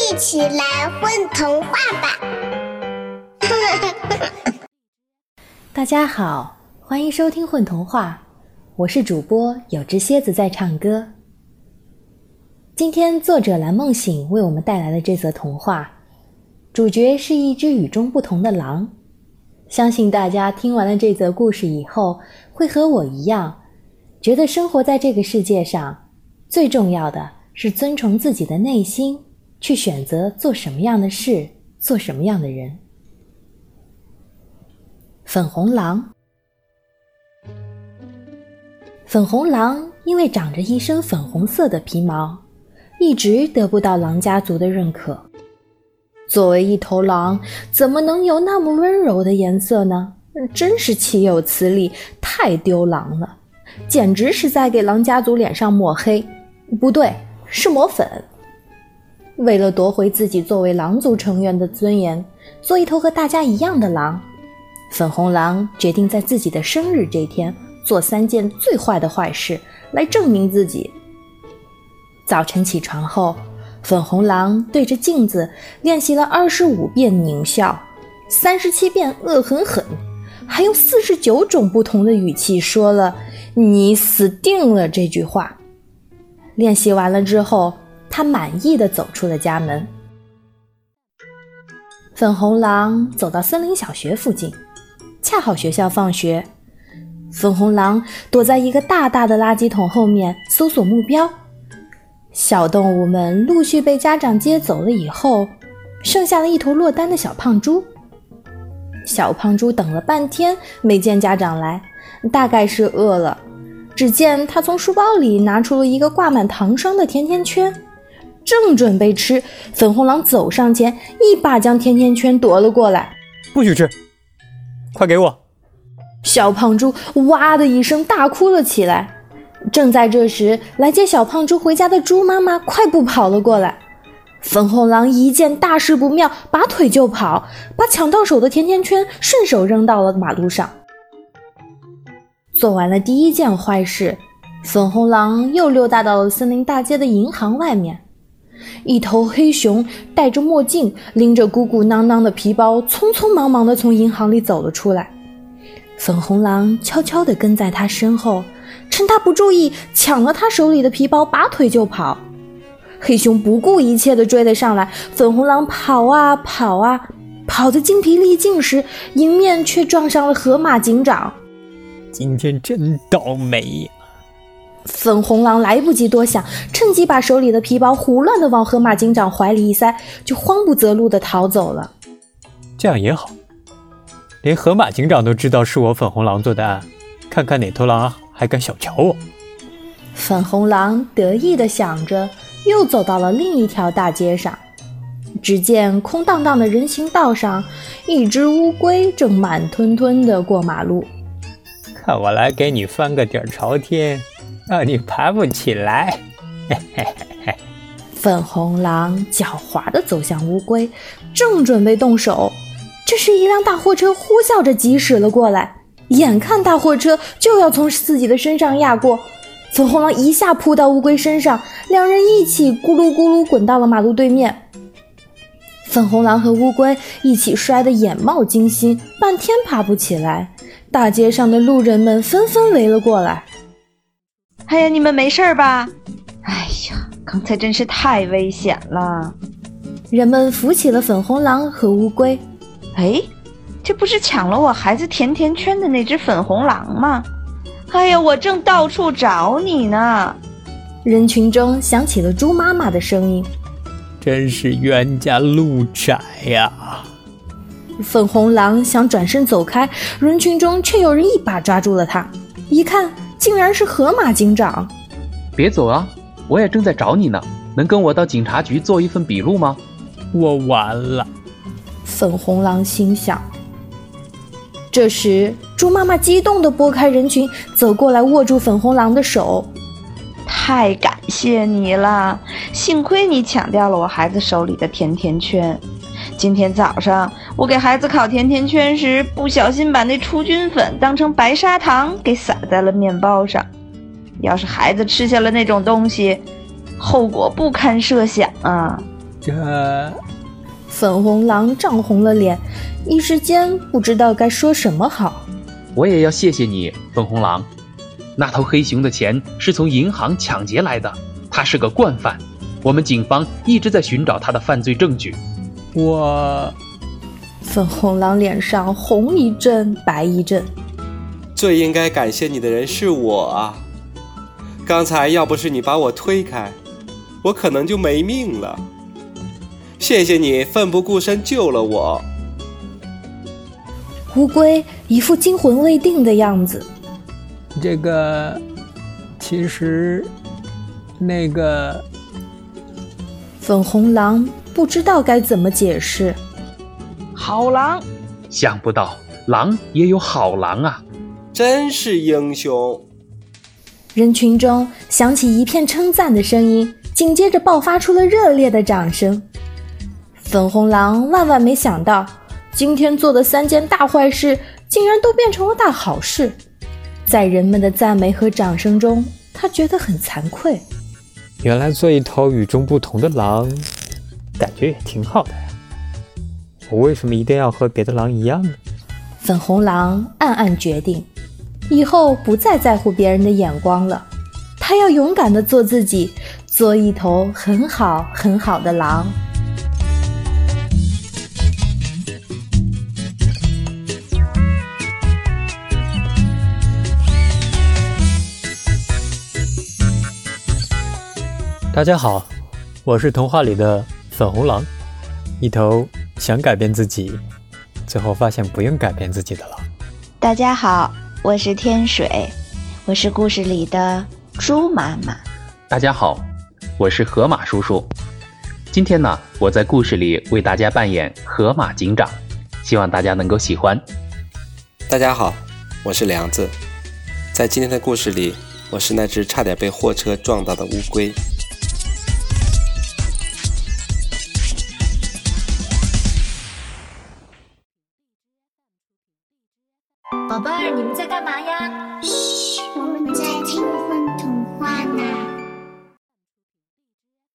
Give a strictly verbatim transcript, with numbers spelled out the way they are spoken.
一起来混童话吧！ 大家好，欢迎收听混童话，我是主播有只蝎子在唱歌。今天作者蓝梦醒为我们带来的这则童话，主角是一只与众不同的狼。相信大家听完了这则故事以后，会和我一样，觉得生活在这个世界上，最重要的是遵从自己的内心，去选择做什么样的事，做什么样的人。粉红狼。粉红狼因为长着一身粉红色的皮毛，一直得不到狼家族的认可。作为一头狼，怎么能有那么温柔的颜色呢？真是岂有此理，太丢狼了，简直是在给狼家族脸上抹黑，不对，是抹粉。为了夺回自己作为狼族成员的尊严，做一头和大家一样的狼，粉红狼决定在自己的生日这天做三件最坏的坏事，来证明自己。早晨起床后，粉红狼对着镜子练习了二十五遍狞笑，三十七遍恶狠狠，还用四十九种不同的语气说了“你死定了”这句话。练习完了之后，他满意地走出了家门。粉红狼走到森林小学附近，恰好学校放学。粉红狼躲在一个大大的垃圾桶后面搜索目标。小动物们陆续被家长接走了以后，剩下了一头落单的小胖猪。小胖猪等了半天没见家长来，大概是饿了。只见他从书包里拿出了一个挂满糖霜的甜甜圈，正准备吃，粉红狼走上前，一把将甜甜圈夺了过来。 不许吃，快给我！ 小胖猪哇的一声大哭了起来。正在这时，来接小胖猪回家的猪妈妈快步跑了过来。粉红狼一见大事不妙，拔腿就跑，把抢到手的甜甜圈顺手扔到了马路上。做完了第一件坏事，粉红狼又溜达到了森林大街的银行外面。一头黑熊戴着墨镜，拎着鼓鼓囊囊的皮包，匆匆忙忙地从银行里走了出来。粉红狼悄悄地跟在他身后，趁他不注意，抢了他手里的皮包，拔腿就跑。黑熊不顾一切地追了上来，粉红狼跑啊跑啊，跑得精疲力尽时，迎面却撞上了河马警长。 今天真倒霉呀！ 粉红狼来不及多想，趁机把手里的皮包胡乱地往河马警长怀里一塞，就慌不择路地逃走了。 这样也好，连河马警长都知道是我粉红狼做的案，看看哪头狼还敢小瞧我。 粉红狼得意地想着，又走到了另一条大街上。只见空荡荡的人行道上，一只乌龟正慢吞吞地过马路。 看我来给你翻个底儿朝天，让你爬不起来。嘿嘿嘿嘿。 粉红狼狡猾地走向乌龟，正准备动手，这时一辆大货车呼啸着疾驶了过来，眼看大货车就要从自己的身上压过，粉红狼一下扑到乌龟身上，两人一起咕噜咕噜滚到了马路对面。粉红狼和乌龟一起摔得眼冒金星，半天爬不起来。大街上的路人们纷纷围了过来。 哎呀，你们没事吧？哎呀，刚才真是太危险了。 人们扶起了粉红狼和乌龟。 哎，这不是抢了我孩子甜甜圈的那只粉红狼吗？哎呀，我正到处找你呢。 人群中响起了猪妈妈的声音。 真是冤家路窄呀！ 粉红狼想转身走开，人群中却有人一把抓住了他，一看竟然是河马警长。 别走啊，我也正在找你呢，能跟我到警察局做一份笔录吗？ 我完了。 粉红狼心想。这时猪妈妈激动地拨开人群，走过来握住粉红狼的手。 太感谢你了，幸亏你抢掉了我孩子手里的甜甜圈。今天早上我给孩子烤甜甜圈时，不小心把那除菌粉当成白砂糖给撒在了面包上。要是孩子吃下了那种东西，后果不堪设想啊！ 这…… 粉红狼涨红了脸，一时间不知道该说什么好。 我也要谢谢你，粉红狼。那头黑熊的钱是从银行抢劫来的，他是个惯犯。我们警方一直在寻找他的犯罪证据。 我…… 粉红狼脸上红一阵白一阵。 最应该感谢你的人是我啊！刚才要不是你把我推开，我可能就没命了。谢谢你奋不顾身救了我。 乌龟一副惊魂未定的样子。 这个……其实……那个…… 粉红狼不知道该怎么解释。 好狼， 想不到狼也有好狼啊！ 真是英雄。 人群中响起一片称赞的声音，紧接着爆发出了热烈的掌声。粉红狼万万没想到，今天做的三件大坏事竟然都变成了大好事。在人们的赞美和掌声中，他觉得很惭愧。 原来做一头与众不同的狼，感觉也挺好的呀。我为什么一定要和别的狼一样呢？ 粉红狼暗暗决定，以后不再在乎别人的眼光了。他要勇敢地做自己，做一头很好很好的狼。 大家好，我是童话里的粉红狼，一头想改变自己，最后发现不用改变自己的狼。 大家好，我是天水，我是故事里的猪妈妈。 大家好，我是河马叔叔。今天呢，我在故事里为大家扮演河马警长，希望大家能够喜欢。 大家好，我是梁子。在今天的故事里，我是那只差点被货车撞到的乌龟。 宝贝儿，你们在干嘛呀？嘘，我们在听